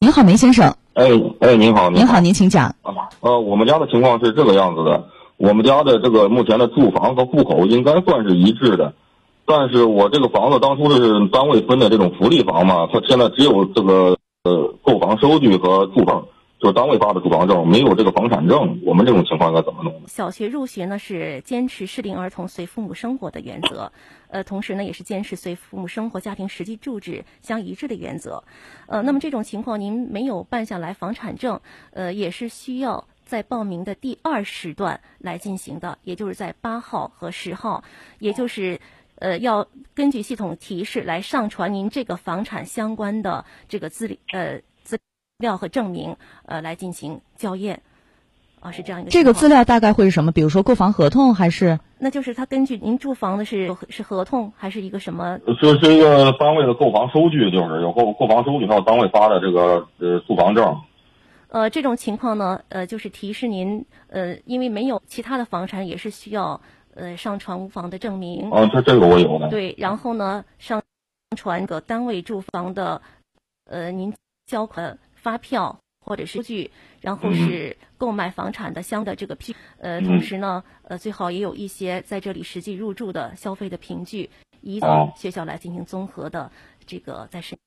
您好，梅先生。 您好， 您好，您请讲。 我们家的情况是这个样子的，我们家的这个目前的住房和户口应该算是一致的，但是我这个房子当初是单位分的这种福利房嘛，它现在只有这个购房收据和住房，就是单位发的住房证，没有这个房产证，我们这种情况该怎么弄呢？ 小学入学呢是坚持适龄儿童随父母生活的原则，同时呢也是坚持随父母生活家庭实际住址相一致的原则。那么这种情况您没有办下来房产证，也是需要在报名的第2时段来进行的，也就是在8号和10号，也就是要根据系统提示来上传您这个房产相关的这个资料和证明，来进行校验。是这样一个情况。 这个资料大概会是什么？比如说购房合同还是？ 那就是他根据您住房的是合同还是一个什么？ 是一个单位的购房收据，就是有购房收据，还有单位发的这个住房证。 这种情况呢，就是提示您，因为没有其他的房产，也是需要上传无房的证明。 这个我有的。 对，然后呢，上传个单位住房的，您交款发票或者是收据，然后是购买房产的这个批，同时呢，最好也有一些在这里实际入住的消费的凭据，以学校来进行综合的这个再审。